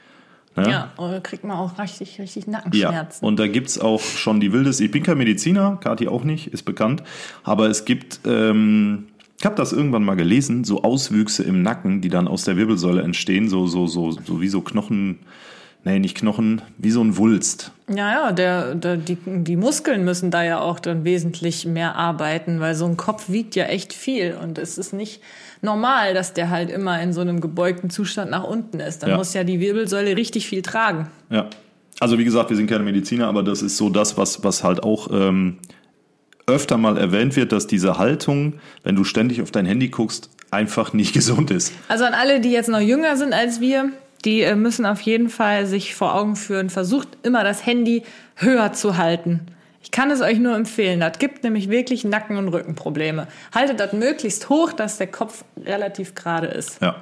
Ja, ja, oder kriegt man auch richtig, richtig Nackenschmerzen. Ja, und da gibt's auch schon die wildesten, ich bin kein Mediziner, Kathi auch nicht, ist bekannt, aber es gibt, ähm, ich habe das irgendwann mal gelesen, so Auswüchse im Nacken, die dann aus der Wirbelsäule entstehen, so, so, so, so wie so Knochen... Nee, nicht Knochen, wie so ein Wulst. Ja, ja, der, der, die, die Muskeln müssen da ja auch dann wesentlich mehr arbeiten, weil so ein Kopf wiegt ja echt viel und es ist nicht normal, dass der halt immer in so einem gebeugten Zustand nach unten ist. Dann ja. muss ja die Wirbelsäule richtig viel tragen. Ja, also wie gesagt, wir sind keine Mediziner, aber das ist so das, was, was halt auch ähm, öfter mal erwähnt wird, dass diese Haltung, wenn du ständig auf dein Handy guckst, einfach nicht gesund ist. Also an alle, die jetzt noch jünger sind als wir, die müssen auf jeden Fall sich vor Augen führen, versucht immer das Handy höher zu halten. Ich kann es euch nur empfehlen. Das gibt nämlich wirklich Nacken- und Rückenprobleme. Haltet das möglichst hoch, dass der Kopf relativ gerade ist. Ja.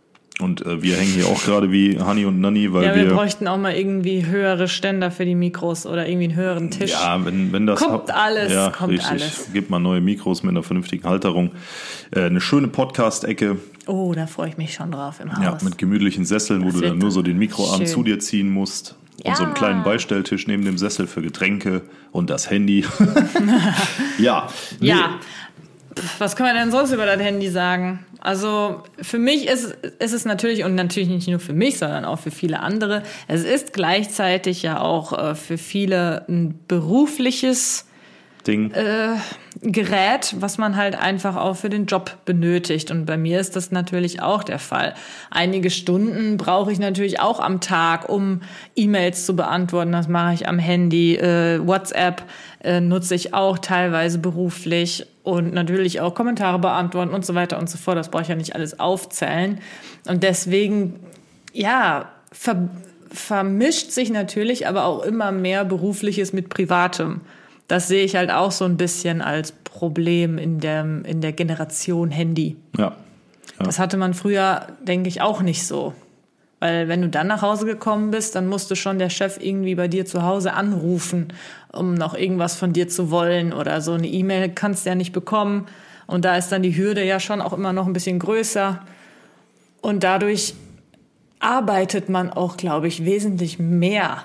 Und äh, wir hängen hier auch gerade wie Hani und Nanni, weil ja, wir... Ja, wir bräuchten auch mal irgendwie höhere Ständer für die Mikros oder irgendwie einen höheren Tisch. Ja, wenn, wenn das... Kommt alles, ja, kommt richtig. alles. Gebt mal neue Mikros mit einer vernünftigen Halterung. Äh, eine schöne Podcast-Ecke. Oh, da freue ich mich schon drauf im Haus. Ja, mit gemütlichen Sesseln, das wo du dann nur so den Mikroarm schön zu dir ziehen musst. Und ja. so einen kleinen Beistelltisch neben dem Sessel für Getränke und das Handy. ja. Nee. Ja. Was kann man denn sonst über das Handy sagen? Also für mich ist, ist es natürlich, und natürlich nicht nur für mich, sondern auch für viele andere, es ist gleichzeitig ja auch äh, für viele ein berufliches Ding. Äh, Gerät, was man halt einfach auch für den Job benötigt. Und bei mir ist das natürlich auch der Fall. Einige Stunden brauche ich natürlich auch am Tag, um E-Mails zu beantworten. Das mache ich am Handy. Äh, WhatsApp äh, nutze ich auch teilweise beruflich. Und natürlich auch Kommentare beantworten und so weiter und so fort. Das brauche ich ja nicht alles aufzählen. Und deswegen, ja, ver- vermischt sich natürlich aber auch immer mehr Berufliches mit Privatem. Das sehe ich halt auch so ein bisschen als Problem in der, in der Generation Handy. Ja. Ja. Das hatte man früher, denke ich, auch nicht so. Weil wenn du dann nach Hause gekommen bist, dann musste schon der Chef irgendwie bei dir zu Hause anrufen, um noch irgendwas von dir zu wollen oder so. Eine E-Mail kannst du ja nicht bekommen. Und da ist dann die Hürde ja schon auch immer noch ein bisschen größer. Und dadurch arbeitet man auch, glaube ich, wesentlich mehr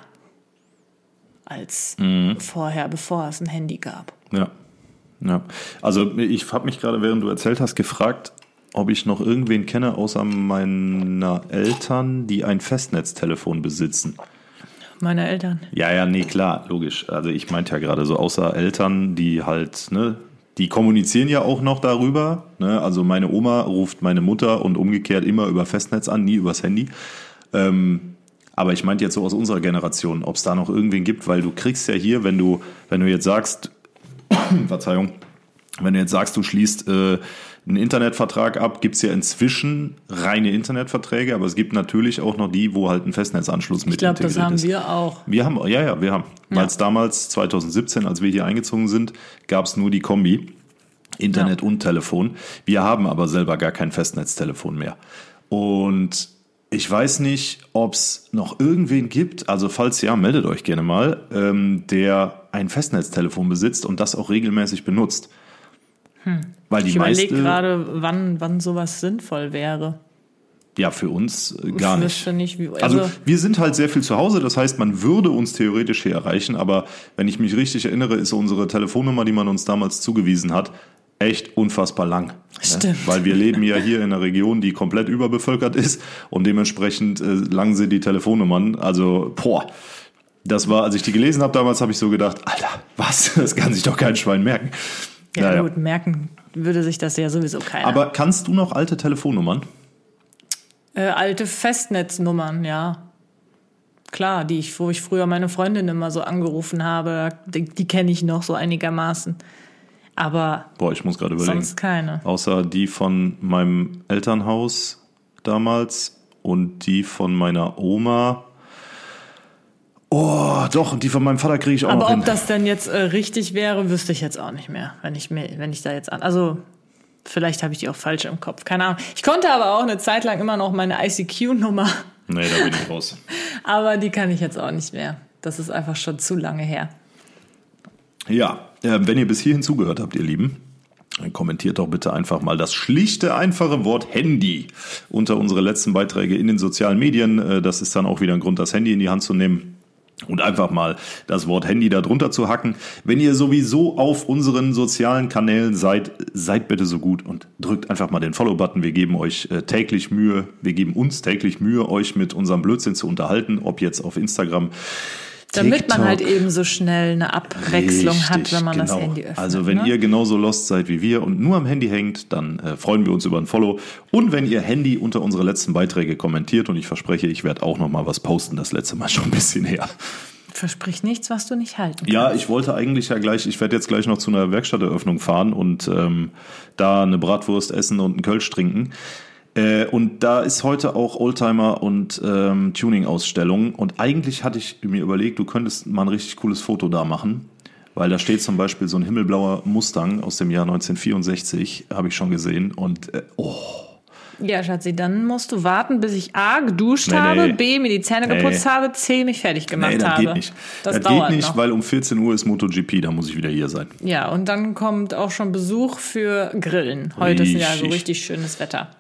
als mhm. vorher, bevor es ein Handy gab. Ja, ja. Also ich habe mich gerade, während du erzählt hast, gefragt, ob ich noch irgendwen kenne, außer meiner Eltern, die ein Festnetztelefon besitzen. Meine Eltern? Ja, ja, nee, klar, logisch. Also ich meinte ja gerade so, außer Eltern, die halt, ne, die kommunizieren ja auch noch darüber. Ne? Also meine Oma ruft meine Mutter und umgekehrt immer über Festnetz an, nie übers Handy. Ähm, Aber ich meinte jetzt so aus unserer Generation, ob es da noch irgendwen gibt, weil du kriegst ja hier, wenn du, wenn du jetzt sagst, Verzeihung, wenn du jetzt sagst, du schließt äh, einen Internetvertrag ab, gibt es ja inzwischen reine Internetverträge, aber es gibt natürlich auch noch die, wo halt ein Festnetzanschluss mit integriert ist. Ich glaube, das haben wir auch. Wir haben, ja, ja, wir haben. Ja. Weil es damals, zwanzig siebzehn, als wir hier eingezogen sind, gab es nur die Kombi, Internet ja. und Telefon. Wir haben aber selber gar kein Festnetztelefon mehr. Und ich weiß nicht, ob es noch irgendwen gibt, also falls ja, meldet euch gerne mal, ähm, der ein Festnetztelefon besitzt und das auch regelmäßig benutzt. Hm. Weil die ich überlege meiste, gerade, wann, wann sowas sinnvoll wäre. Ja, für uns äh, gar ich nicht. nicht wie, also, also wir sind halt sehr viel zu Hause, das heißt, man würde uns theoretisch hier erreichen, aber wenn ich mich richtig erinnere, ist unsere Telefonnummer, die man uns damals zugewiesen hat, echt unfassbar lang. Stimmt. Ne? Weil wir leben ja hier in einer Region, die komplett überbevölkert ist und dementsprechend äh, lang sind die Telefonnummern. Also, boah, das war, als ich die gelesen habe damals, habe ich so gedacht, Alter, was? Das kann sich doch kein Schwein merken. Ja, naja. gut, merken würde sich das ja sowieso keiner. Aber kannst du noch alte Telefonnummern? Äh, alte Festnetznummern, ja. Klar, die ich, wo ich früher meine Freundin immer so angerufen habe, die, die kenne ich noch so einigermaßen. Aber Boah, ich muss gerade überlegen. Sonst keine. Außer die von meinem Elternhaus damals und die von meiner Oma. Oh, doch, und die von meinem Vater kriege ich auch aber noch hin. hin. Aber ob das denn jetzt äh, richtig wäre, wüsste ich jetzt auch nicht mehr, wenn ich mir, wenn ich da jetzt an. Also vielleicht habe ich die auch falsch im Kopf, keine Ahnung. Ich konnte aber auch eine Zeit lang immer noch meine I C Q-Nummer. Nee, da bin ich raus. Aber die kann ich jetzt auch nicht mehr. Das ist einfach schon zu lange her. Ja, äh, wenn ihr bis hierhin zugehört habt, ihr Lieben, dann kommentiert doch bitte einfach mal das schlichte, einfache Wort Handy unter unsere letzten Beiträge in den sozialen Medien. Äh, das ist dann auch wieder ein Grund, das Handy in die Hand zu nehmen. Und einfach mal das Wort Handy da drunter zu hacken. Wenn ihr sowieso auf unseren sozialen Kanälen seid, seid bitte so gut und drückt einfach mal den Follow-Button. Wir geben euch äh, täglich Mühe, wir geben uns täglich Mühe, euch mit unserem Blödsinn zu unterhalten, ob jetzt auf Instagram, damit TikTok. Man halt eben so schnell eine Abwechslung Richtig, hat, wenn man genau. das Handy öffnet. Also wenn ne? ihr genauso lost seid wie wir und nur am Handy hängt, dann äh, freuen wir uns über ein Follow. Und wenn ihr Handy unter unsere letzten Beiträge kommentiert, und ich verspreche, ich werde auch noch mal was posten, das letzte Mal schon ein bisschen her. Versprich nichts, was du nicht halten kannst. Ja, ich wollte eigentlich ja gleich, ich werde jetzt gleich noch zu einer Werkstatteröffnung fahren und ähm, da eine Bratwurst essen und einen Kölsch trinken. Äh, und da ist heute auch Oldtimer und ähm, Tuning-Ausstellung. Und eigentlich hatte ich mir überlegt, du könntest mal ein richtig cooles Foto da machen. Weil da steht zum Beispiel so ein himmelblauer Mustang aus dem Jahr neunzehnhundertvierundsechzig, habe ich schon gesehen. Und äh, oh. Ja, Schatzi, dann musst du warten, bis ich A, geduscht nee, habe, nee. B, mir die Zähne nee. geputzt habe, C, mich fertig gemacht nee, das habe. Geht nicht. Das, das dauert geht nicht, noch. Weil um vierzehn Uhr ist MotoGP, da muss ich wieder hier sein. Ja, und dann kommt auch schon Besuch für Grillen. Heute Richtig. ist ja so richtig schönes Wetter.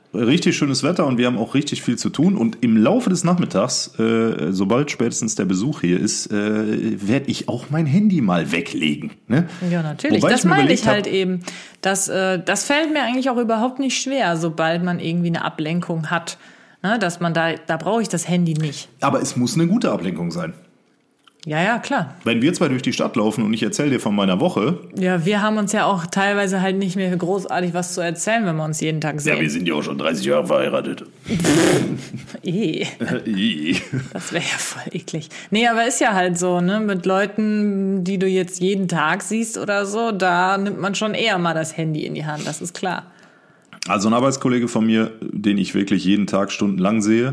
richtig schönes Wetter und wir haben auch richtig viel zu tun. Und im Laufe des Nachmittags, äh, sobald spätestens der Besuch hier ist, äh, werde ich auch mein Handy mal weglegen. Ne? Ja, natürlich. Wobei das ich mir meine ich überlegt halt hab, eben. Das, äh, das fällt mir eigentlich auch überhaupt nicht schwer, sobald man irgendwie eine Ablenkung hat. Ne? Dass man da, da brauche ich das Handy nicht. Aber es muss eine gute Ablenkung sein. Ja, ja, klar. Wenn wir zwei durch die Stadt laufen und ich erzähle dir von meiner Woche. Ja, wir haben uns ja auch teilweise halt nicht mehr großartig was zu erzählen, wenn wir uns jeden Tag sehen. Ja, wir sind ja auch schon dreißig Jahre verheiratet. Eh. Das wäre ja voll eklig. Nee, aber ist ja halt so, ne? Mit Leuten, die du jetzt jeden Tag siehst oder so, da nimmt man schon eher mal das Handy in die Hand, das ist klar. Also ein Arbeitskollege von mir, den ich wirklich jeden Tag stundenlang sehe,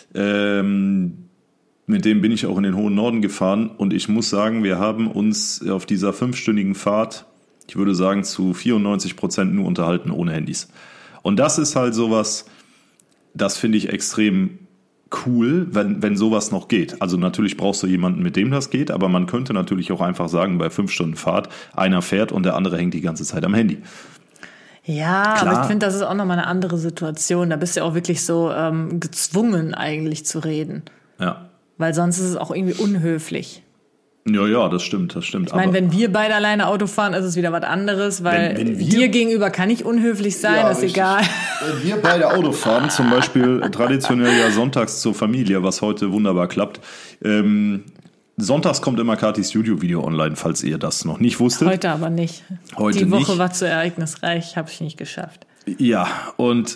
ähm, mit dem bin ich auch in den hohen Norden gefahren und ich muss sagen, wir haben uns auf dieser fünfstündigen Fahrt, ich würde sagen, zu vierundneunzig Prozent nur unterhalten ohne Handys. Und das ist halt sowas, das finde ich extrem cool, wenn, wenn sowas noch geht. Also natürlich brauchst du jemanden, mit dem das geht, aber man könnte natürlich auch einfach sagen, bei fünf Stunden Fahrt, einer fährt und der andere hängt die ganze Zeit am Handy. Ja, Klar. aber ich finde, das ist auch nochmal eine andere Situation. Da bist du ja auch wirklich so ähm, gezwungen eigentlich zu reden. Ja. Weil sonst ist es auch irgendwie unhöflich. Ja, ja, das stimmt, das stimmt. Ich meine, wenn wir beide alleine Auto fahren, ist es wieder was anderes, weil wenn, wenn wir, dir gegenüber kann ich unhöflich sein, ja, ist richtig. egal. Wenn wir beide Auto fahren, zum Beispiel traditionell ja sonntags zur Familie, was heute wunderbar klappt. Ähm, sonntags kommt immer Katis YouTube-Video online, falls ihr das noch nicht wusstet. Heute aber nicht. Heute Die Woche nicht. war zu ereignisreich, habe ich nicht geschafft. Ja, und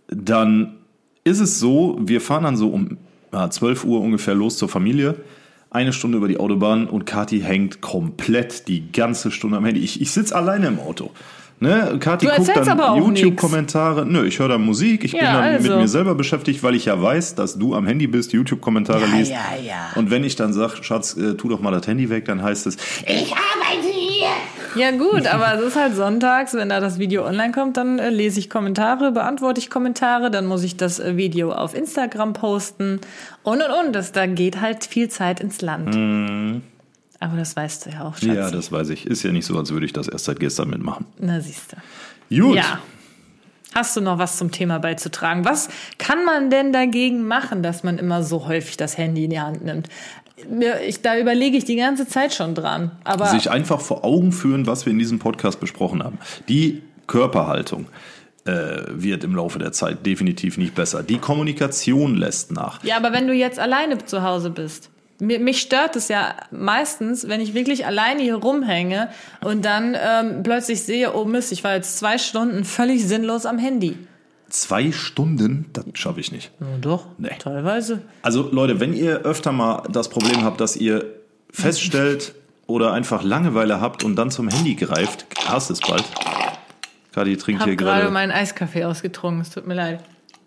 dann ist es so, wir fahren dann so um ja, zwölf Uhr ungefähr los zur Familie. Eine Stunde über die Autobahn und Kathi hängt komplett die ganze Stunde am Handy. Ich, ich sitze alleine im Auto. Ne? Kathi guckt dann YouTube-Kommentare. Nö, ich höre da Musik. Ich ja, bin dann also. mit mir selber beschäftigt, weil ich ja weiß, dass du am Handy bist, YouTube-Kommentare ja, liest. Ja, ja. Und wenn ich dann sage, Schatz, äh, tu doch mal das Handy weg, dann heißt es, ich arbeite hier. Ja gut, aber es ist halt sonntags, wenn da das Video online kommt, dann äh, lese ich Kommentare, beantworte ich Kommentare, dann muss ich das äh, Video auf Instagram posten und und und. Das, da geht halt viel Zeit ins Land. Mm. Aber das weißt du ja auch, Schatz. Ja, das weiß ich. Ist ja nicht so, als würde ich das erst seit gestern mitmachen. Na, siehst du. Gut. Ja. Hast du noch was zum Thema beizutragen? Was kann man denn dagegen machen, dass man immer so häufig das Handy in die Hand nimmt? Ich, da überlege ich die ganze Zeit schon dran. Aber sich einfach vor Augen führen, was wir in diesem Podcast besprochen haben. Die Körperhaltung äh, wird im Laufe der Zeit definitiv nicht besser. Die Kommunikation lässt nach. Ja, aber wenn du jetzt alleine zu Hause bist, mir, mich stört es ja meistens, wenn ich wirklich alleine hier rumhänge und dann ähm, plötzlich sehe, oh Mist, ich war jetzt zwei Stunden völlig sinnlos am Handy. Zwei Stunden? Das schaffe ich nicht. Ja, doch, nee. Teilweise. Also Leute, wenn ihr öfter mal das Problem habt, dass ihr feststellt oder einfach Langeweile habt und dann zum Handy greift, hast es bald. Kathi trinkt Ich hier habe gerade gerade. meinen Eiskaffee ausgetrunken, es tut mir leid.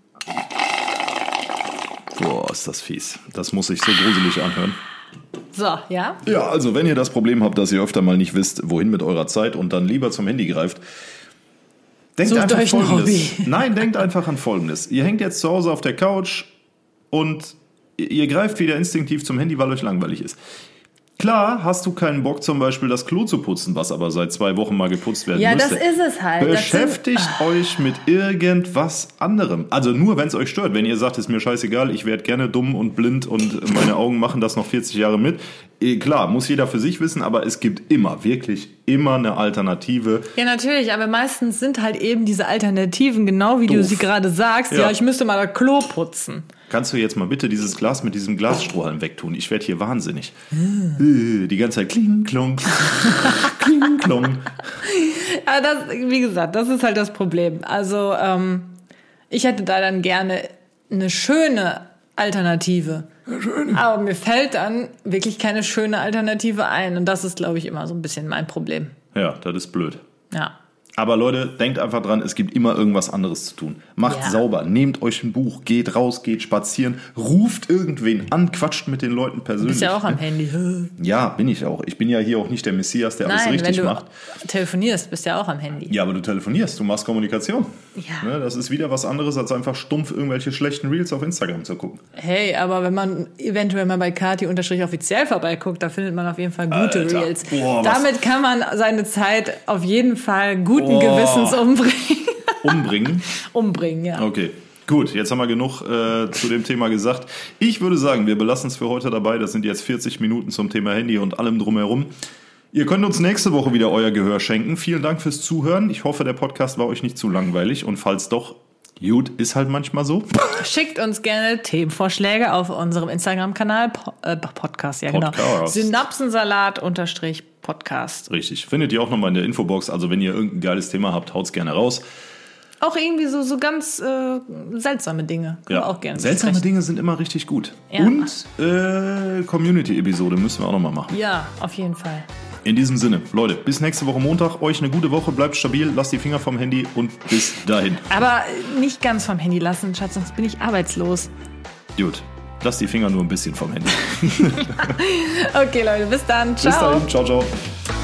Boah, ist das fies. Das muss sich so gruselig anhören. So, ja? Ja, also wenn ihr das Problem habt, dass ihr öfter mal nicht wisst, wohin mit eurer Zeit und dann lieber zum Handy greift, denkt Sucht einfach euch ein Folgendes. Hobby. Nein, denkt einfach an Folgendes. Ihr hängt jetzt zu Hause auf der Couch und ihr greift wieder instinktiv zum Handy, weil euch langweilig ist. Klar hast du keinen Bock, zum Beispiel das Klo zu putzen, was aber seit zwei Wochen mal geputzt werden Ja, müsste. das ist es halt. Beschäftigt Das sind, euch mit irgendwas anderem. Also nur, wenn es euch stört. Wenn ihr sagt, ist mir scheißegal, ich werde gerne dumm und blind und meine Augen machen das noch vierzig Jahre mit. Klar, muss jeder für sich wissen, aber es gibt immer, wirklich immer eine Alternative. Ja, natürlich, aber meistens sind halt eben diese Alternativen, genau wie Doof. du sie gerade sagst, ja. Ja. ja, ich müsste mal das Klo putzen. Kannst du jetzt mal bitte dieses Glas mit diesem Glasstrohhalm wegtun? Ich werde hier wahnsinnig. Die ganze Zeit kling, klong, kling, klong. Aber das, wie gesagt, das ist halt das Problem. Also, ähm, ich hätte da dann gerne eine schöne Alternative. Ja, schön. Aber mir fällt dann wirklich keine schöne Alternative ein. Und das ist, glaube ich, immer so ein bisschen mein Problem. Ja, das ist blöd. Ja. Aber Leute, denkt einfach dran, es gibt immer irgendwas anderes zu tun. Macht Ja. sauber, nehmt euch ein Buch, geht raus, geht spazieren, ruft irgendwen an, quatscht mit den Leuten Du persönlich. bist ja auch am Handy. Ja, bin ich auch. Ich bin ja hier auch nicht der Messias, der alles Nein, wenn richtig du macht. telefonierst, bist du ja auch am Handy. Ja, aber du telefonierst, du machst Kommunikation. Ja. Ne, das ist wieder was anderes, als einfach stumpf irgendwelche schlechten Reels auf Instagram zu gucken. Hey, aber wenn man eventuell mal bei Kati-offiziell vorbeiguckt, da findet man auf jeden Fall gute Alter. Reels. Boah, was- Damit kann man seine Zeit auf jeden Fall guten Oh. Gewissens umbringen. Umbringen? Umbringen, ja. Okay. Gut, jetzt haben wir genug äh, zu dem Thema gesagt. Ich würde sagen, wir belassen es für heute dabei. Das sind jetzt vierzig Minuten zum Thema Handy und allem drumherum. Ihr könnt uns nächste Woche wieder euer Gehör schenken. Vielen Dank fürs Zuhören. Ich hoffe, der Podcast war euch nicht zu langweilig. Und falls doch, gut, ist halt manchmal so. Schickt uns gerne Themenvorschläge auf unserem Instagram-Kanal. Po- äh, Podcast, ja Podcast. genau. Synapsensalat unterstrich Podcast. Richtig. Findet ihr auch nochmal in der Infobox. Also wenn ihr irgendein geiles Thema habt, haut's gerne raus. Auch irgendwie so, so ganz äh, seltsame Dinge. Können Ja, wir auch gerne seltsame besprechen. Dinge sind immer richtig gut. Ja. Und äh, Community-Episode müssen wir auch nochmal machen. Ja, auf jeden Fall. In diesem Sinne, Leute, bis nächste Woche Montag. Euch eine gute Woche, bleibt stabil, lasst die Finger vom Handy und bis dahin. Aber nicht ganz vom Handy lassen, Schatz, sonst bin ich arbeitslos. Gut, lasst die Finger nur ein bisschen vom Handy. Okay, Leute, bis dann. Ciao. Bis dahin, ciao, ciao.